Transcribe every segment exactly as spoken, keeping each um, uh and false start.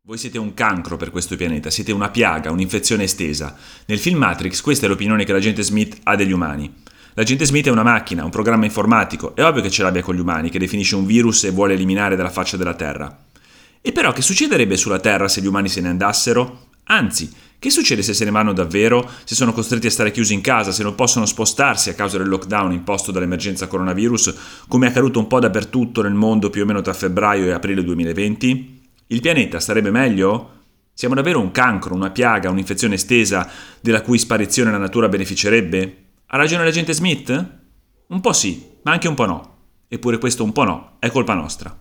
Voi siete un cancro per questo pianeta, siete una piaga, un'infezione estesa. Nel film Matrix questa è l'opinione che l'agente Smith ha degli umani. L'agente Smith è una macchina, un programma informatico, è ovvio che ce l'abbia con gli umani, che definisce un virus e vuole eliminare dalla faccia della Terra. E però che succederebbe sulla Terra se gli umani se ne andassero? Anzi, che succede se se ne vanno davvero, se sono costretti a stare chiusi in casa, se non possono spostarsi a causa del lockdown imposto dall'emergenza coronavirus, come è accaduto un po' dappertutto nel mondo più o meno tra febbraio e aprile duemilaventi? Il pianeta starebbe meglio? Siamo davvero un cancro, una piaga, un'infezione estesa della cui sparizione la natura beneficerebbe? Ha ragione l'agente Smith? Un po' sì, ma anche un po' no. Eppure questo un po' no è colpa nostra.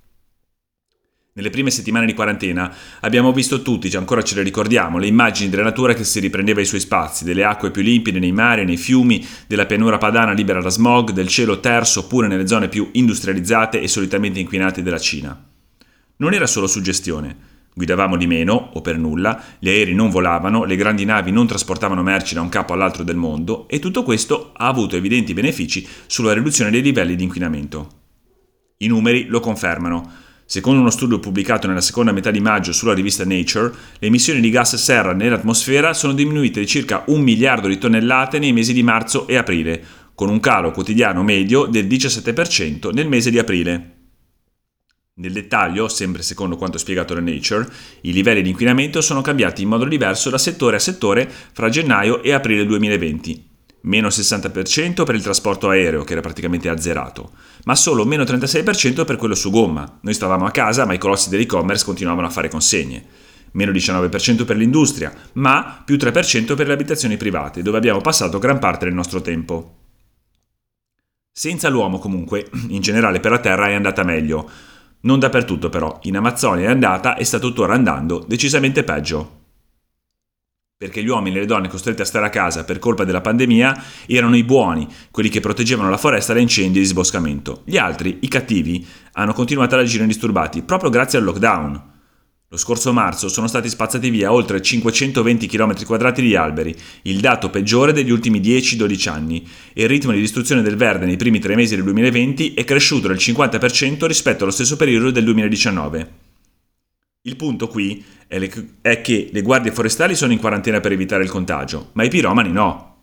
Nelle prime settimane di quarantena abbiamo visto tutti, già ancora ce le ricordiamo, le immagini della natura che si riprendeva i suoi spazi, delle acque più limpide nei mari, nei fiumi, della pianura padana libera da smog, del cielo terso pure nelle zone più industrializzate e solitamente inquinate della Cina. Non era solo suggestione. Guidavamo di meno, o per nulla, gli aerei non volavano, le grandi navi non trasportavano merci da un capo all'altro del mondo e tutto questo ha avuto evidenti benefici sulla riduzione dei livelli di inquinamento. I numeri lo confermano. Secondo uno studio pubblicato nella seconda metà di maggio sulla rivista Nature, le emissioni di gas serra nell'atmosfera sono diminuite di circa un miliardo di tonnellate nei mesi di marzo e aprile, con un calo quotidiano medio del diciassette per cento nel mese di aprile. Nel dettaglio, sempre secondo quanto spiegato da Nature, i livelli di inquinamento sono cambiati in modo diverso da settore a settore fra gennaio e aprile duemilaventi. Meno sessanta per cento per il trasporto aereo, che era praticamente azzerato, ma solo meno trentasei per cento per quello su gomma. Noi stavamo a casa, ma i colossi dell'e-commerce continuavano a fare consegne. Meno diciannove per cento per l'industria, ma più tre per cento per le abitazioni private, dove abbiamo passato gran parte del nostro tempo. Senza l'uomo, comunque, in generale per la Terra è andata meglio. Non dappertutto però, in Amazzonia è andata e sta tuttora andando decisamente peggio. Perché gli uomini e le donne costretti a stare a casa per colpa della pandemia erano i buoni, quelli che proteggevano la foresta da incendi e disboscamento. Gli altri, i cattivi, hanno continuato ad agire indisturbati proprio grazie al lockdown. Lo scorso marzo sono stati spazzati via oltre cinquecentoventi chilometri quadrati di alberi, il dato peggiore degli ultimi dieci dodici anni, e il ritmo di distruzione del verde nei primi tre mesi del duemilaventi è cresciuto del cinquanta per cento rispetto allo stesso periodo del duemiladiciannove. Il punto qui è, le, è che le guardie forestali sono in quarantena per evitare il contagio, ma i piromani no.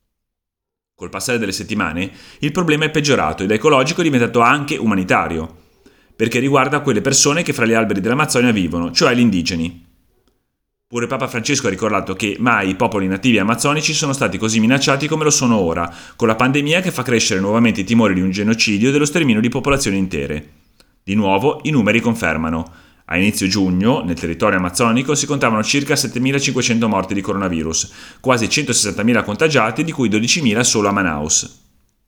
Col passare delle settimane, il problema è peggiorato ed ecologico è diventato anche umanitario, perché riguarda quelle persone che fra gli alberi dell'Amazzonia vivono, cioè gli indigeni. Pure Papa Francesco ha ricordato che mai i popoli nativi amazzonici sono stati così minacciati come lo sono ora, con la pandemia che fa crescere nuovamente i timori di un genocidio e dello sterminio di popolazioni intere. Di nuovo, i numeri confermano. A inizio giugno, nel territorio amazzonico, si contavano circa settemilacinquecento morti di coronavirus, quasi centosessantamila contagiati, di cui dodicimila solo a Manaus.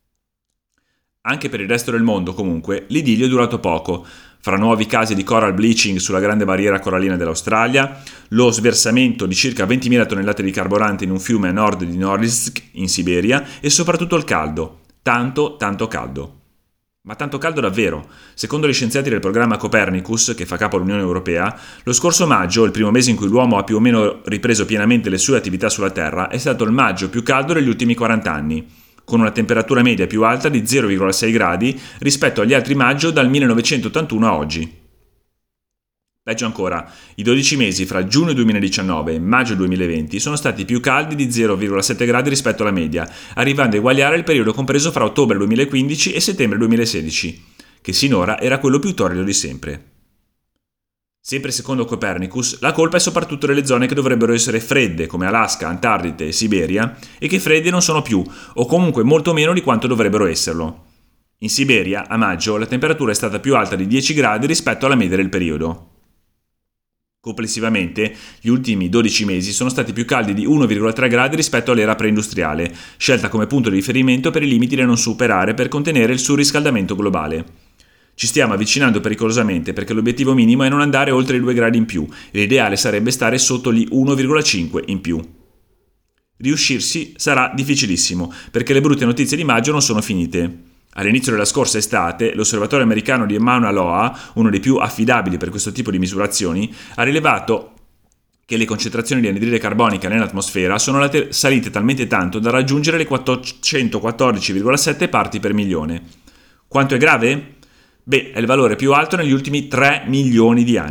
Anche per il resto del mondo, comunque, l'idillio è durato poco. Fra nuovi casi di coral bleaching sulla grande barriera corallina dell'Australia, lo sversamento di circa ventimila tonnellate di carburante in un fiume a nord di Norilsk, in Siberia, e soprattutto il caldo. Tanto, tanto caldo. Ma tanto caldo davvero. Secondo gli scienziati del programma Copernicus, che fa capo all'Unione Europea, lo scorso maggio, il primo mese in cui l'uomo ha più o meno ripreso pienamente le sue attività sulla Terra, è stato il maggio più caldo degli ultimi quaranta anni, con una temperatura media più alta di zero virgola sei gradi rispetto agli altri maggio dal millenovecentottantuno a oggi. Peggio ancora, i dodici mesi fra giugno duemiladiciannove e maggio duemilaventi sono stati più caldi di zero virgola sette gradi rispetto alla media, arrivando a eguagliare il periodo compreso fra ottobre duemilaquindici e settembre duemilasedici, che sinora era quello più torrido di sempre. Sempre secondo Copernicus, la colpa è soprattutto delle zone che dovrebbero essere fredde, come Alaska, Antartide e Siberia, e che fredde non sono più, o comunque molto meno di quanto dovrebbero esserlo. In Siberia, a maggio, la temperatura è stata più alta di dieci gradi rispetto alla media del periodo. Complessivamente, gli ultimi dodici mesi sono stati più caldi di uno virgola tre gradi rispetto all'era preindustriale, scelta come punto di riferimento per i limiti da non superare per contenere il surriscaldamento globale. Ci stiamo avvicinando pericolosamente perché l'obiettivo minimo è non andare oltre i due gradi in più e l'ideale sarebbe stare sotto gli uno virgola cinque in più. Riuscirsi sarà difficilissimo perché le brutte notizie di maggio non sono finite. All'inizio della scorsa estate, l'osservatorio americano di Mauna Loa, uno dei più affidabili per questo tipo di misurazioni, ha rilevato che le concentrazioni di anidride carbonica nell'atmosfera sono salite talmente tanto da raggiungere le quattrocentoquattordici virgola sette parti per milione. Quanto è grave? Beh, è il valore più alto negli ultimi tre milioni di anni.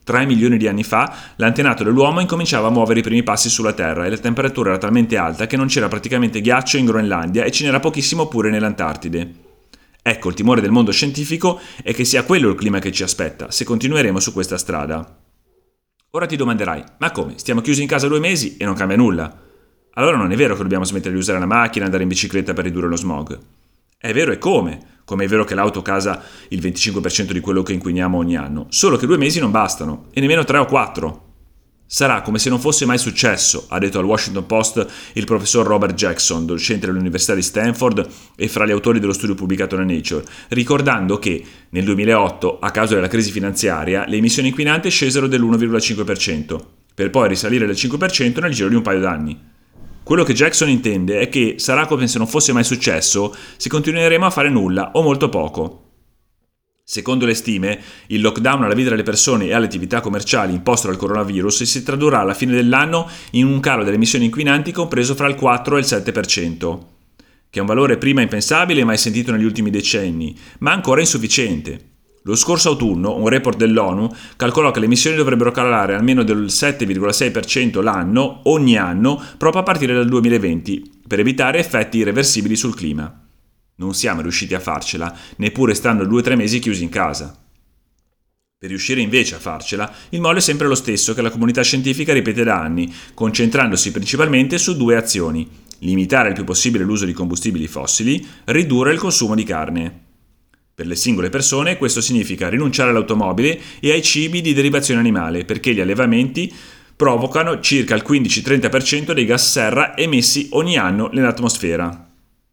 tre milioni di anni fa, l'antenato dell'uomo incominciava a muovere i primi passi sulla Terra e la temperatura era talmente alta che non c'era praticamente ghiaccio in Groenlandia e ce n'era pochissimo pure nell'Antartide. Ecco, il timore del mondo scientifico è che sia quello il clima che ci aspetta, se continueremo su questa strada. Ora ti domanderai, ma come? Stiamo chiusi in casa due mesi e non cambia nulla? Allora non è vero che dobbiamo smettere di usare la macchina e andare in bicicletta per ridurre lo smog. È vero e come? Come è vero che l'auto causa il venticinque per cento di quello che inquiniamo ogni anno, solo che due mesi non bastano, e nemmeno tre o quattro. Sarà come se non fosse mai successo, ha detto al Washington Post il professor Robert Jackson, docente all'Università di Stanford e fra gli autori dello studio pubblicato da Nature, ricordando che nel duemilaotto, a causa della crisi finanziaria, le emissioni inquinanti scesero dell'uno virgola cinque per cento, per poi risalire del cinque per cento nel giro di un paio d'anni. Quello che Jackson intende è che sarà come se non fosse mai successo se continueremo a fare nulla o molto poco. Secondo le stime, il lockdown alla vita delle persone e alle attività commerciali imposto dal coronavirus si tradurrà alla fine dell'anno in un calo delle emissioni inquinanti compreso fra il quattro e il sette per cento, che è un valore prima impensabile e mai sentito negli ultimi decenni, ma ancora insufficiente. Lo scorso autunno, un report dell'ONU calcolò che le emissioni dovrebbero calare almeno del sette virgola sei per cento l'anno, ogni anno, proprio a partire dal duemilaventi, per evitare effetti irreversibili sul clima. Non siamo riusciti a farcela, neppure stando due o tre mesi chiusi in casa. Per riuscire invece a farcela, il modo è sempre lo stesso che la comunità scientifica ripete da anni, concentrandosi principalmente su due azioni: limitare il più possibile l'uso di combustibili fossili, ridurre il consumo di carne. Per le singole persone questo significa rinunciare all'automobile e ai cibi di derivazione animale, perché gli allevamenti provocano circa il quindici-trenta per cento dei gas serra emessi ogni anno nell'atmosfera.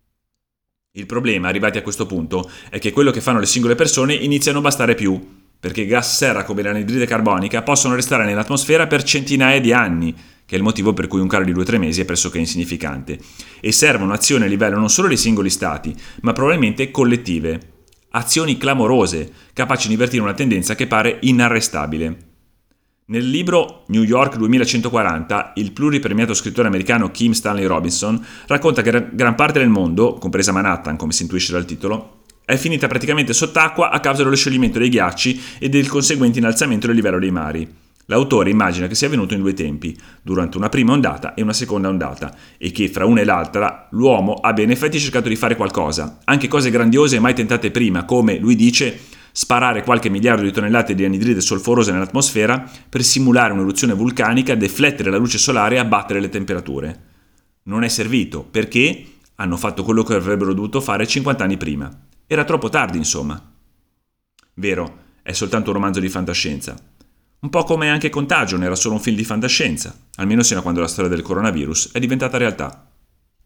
Il problema, arrivati a questo punto, è che quello che fanno le singole persone inizia a non bastare più, perché gas serra come l'anidride carbonica possono restare nell'atmosfera per centinaia di anni, che è il motivo per cui un calo di due o tre mesi è pressoché insignificante, e servono azioni a livello non solo dei singoli stati, ma probabilmente collettive. Azioni clamorose, capaci di invertire una tendenza che pare inarrestabile. Nel libro New York duemilacentoquaranta, il pluripremiato scrittore americano Kim Stanley Robinson racconta che gran parte del mondo, compresa Manhattan come si intuisce dal titolo, è finita praticamente sott'acqua a causa dello scioglimento dei ghiacci e del conseguente innalzamento del livello dei mari. L'autore immagina che sia avvenuto in due tempi, durante una prima ondata e una seconda ondata, e che fra una e l'altra l'uomo abbia in effetti cercato di fare qualcosa, anche cose grandiose mai tentate prima, come, lui dice, sparare qualche miliardo di tonnellate di anidride solforosa nell'atmosfera per simulare un'eruzione vulcanica, deflettere la luce solare e abbattere le temperature. Non è servito, perché hanno fatto quello che avrebbero dovuto fare cinquanta anni prima. Era troppo tardi, insomma. Vero, è soltanto un romanzo di fantascienza. Un po' come anche Contagion era solo un film di fantascienza, almeno sino a quando la storia del coronavirus è diventata realtà.